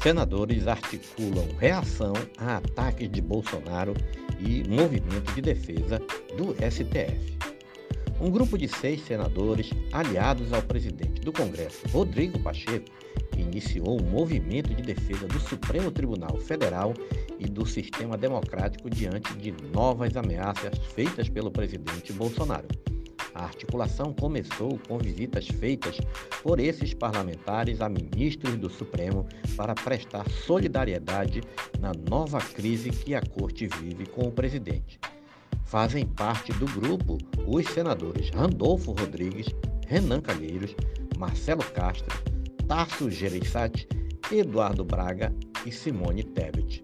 Senadores articulam reação a ataques de Bolsonaro e movimento de defesa do STF. Um grupo de 6 senadores, aliados ao presidente do Congresso, Rodrigo Pacheco, iniciou um movimento de defesa do Supremo Tribunal Federal e do sistema democrático diante de novas ameaças feitas pelo presidente Bolsonaro. A articulação começou com visitas feitas por esses parlamentares a ministros do Supremo para prestar solidariedade na nova crise que a Corte vive com o presidente. Fazem parte do grupo os senadores Randolfo Rodrigues, Renan Calheiros, Marcelo Castro, Tasso Gereissati, Eduardo Braga e Simone Tebet.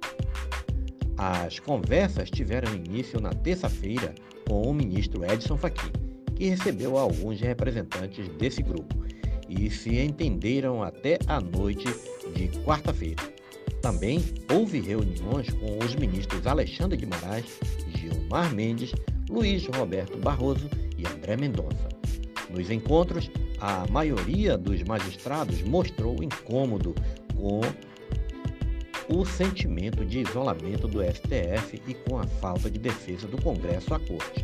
As conversas tiveram início na terça-feira com o ministro Edson Fachin, que recebeu alguns representantes desse grupo e se entenderam até a noite de quarta-feira. Também houve reuniões com os ministros Alexandre de Moraes, Gilmar Mendes, Luiz Roberto Barroso e André Mendonça. Nos encontros, a maioria dos magistrados mostrou incômodo com o sentimento de isolamento do STF e com a falta de defesa do Congresso à Corte.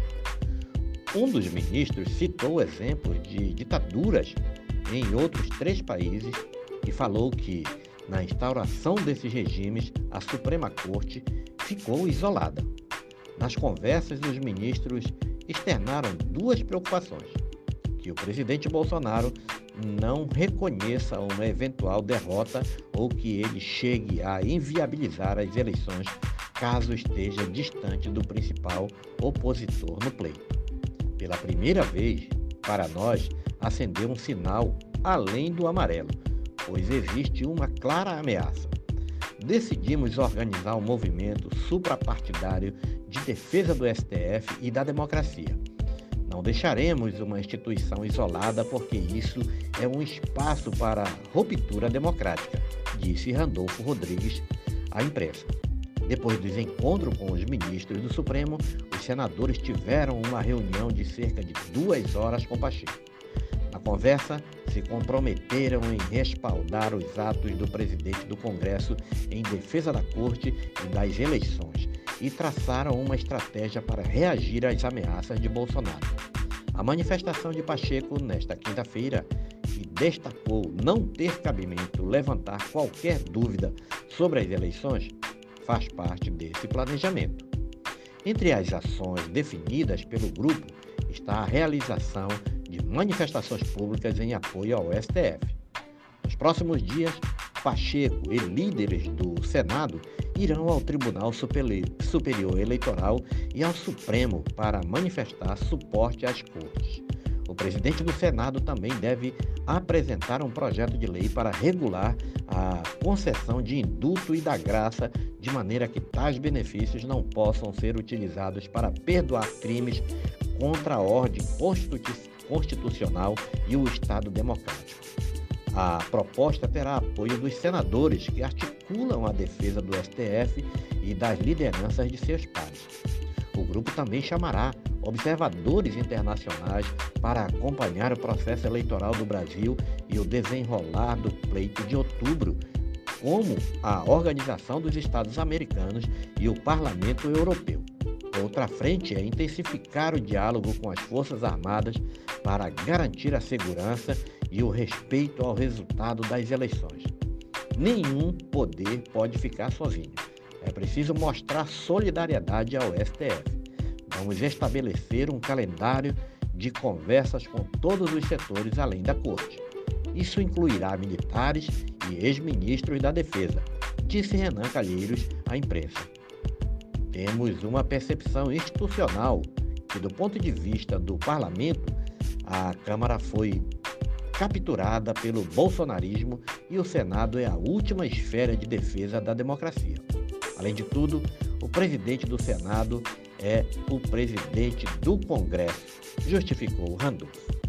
Um dos ministros citou exemplos de ditaduras em outros 3 países e falou que, na instauração desses regimes, a Suprema Corte ficou isolada. Nas conversas, os ministros externaram 2 preocupações: que o presidente Bolsonaro não reconheça uma eventual derrota ou que ele chegue a inviabilizar as eleições caso esteja distante do principal opositor no pleito. Pela primeira vez, para nós, acendeu um sinal além do amarelo, pois existe uma clara ameaça. Decidimos organizar um movimento suprapartidário de defesa do STF e da democracia. Não deixaremos uma instituição isolada porque isso é um espaço para ruptura democrática, disse Randolfo Rodrigues à imprensa. Depois do encontro com os ministros do Supremo, os senadores tiveram uma reunião de cerca de 2 horas com Pacheco. Na conversa, se comprometeram em respaldar os atos do presidente do Congresso em defesa da Corte e das eleições e traçaram uma estratégia para reagir às ameaças de Bolsonaro. A manifestação de Pacheco, nesta quinta-feira, que destacou não ter cabimento levantar qualquer dúvida sobre as eleições, faz parte desse planejamento. Entre as ações definidas pelo grupo está a realização de manifestações públicas em apoio ao STF. Nos próximos dias, Pacheco e líderes do Senado irão ao Tribunal Superior Eleitoral e ao Supremo para manifestar suporte às cortes. O presidente do Senado também deve apresentar um projeto de lei para regular a concessão de indulto e da graça, de maneira que tais benefícios não possam ser utilizados para perdoar crimes contra a ordem constitucional e o Estado democrático. A proposta terá apoio dos senadores que articulam a defesa do STF e das lideranças de seus pares. O grupo também chamará observadores internacionais para acompanhar o processo eleitoral do Brasil e o desenrolar do pleito de outubro, como a Organização dos Estados Americanos e o Parlamento Europeu. Outra frente é intensificar o diálogo com as Forças Armadas para garantir a segurança e o respeito ao resultado das eleições. Nenhum poder pode ficar sozinho. É preciso mostrar solidariedade ao STF. Vamos estabelecer um calendário de conversas com todos os setores além da Corte. Isso incluirá militares e ex-ministros da Defesa, disse Renan Calheiros à imprensa. Temos uma percepção institucional que, do ponto de vista do parlamento, a Câmara foi capturada pelo bolsonarismo e o Senado é a última esfera de defesa da democracia. Além de tudo, o presidente do Senado é o presidente do Congresso, justificou Randolfo.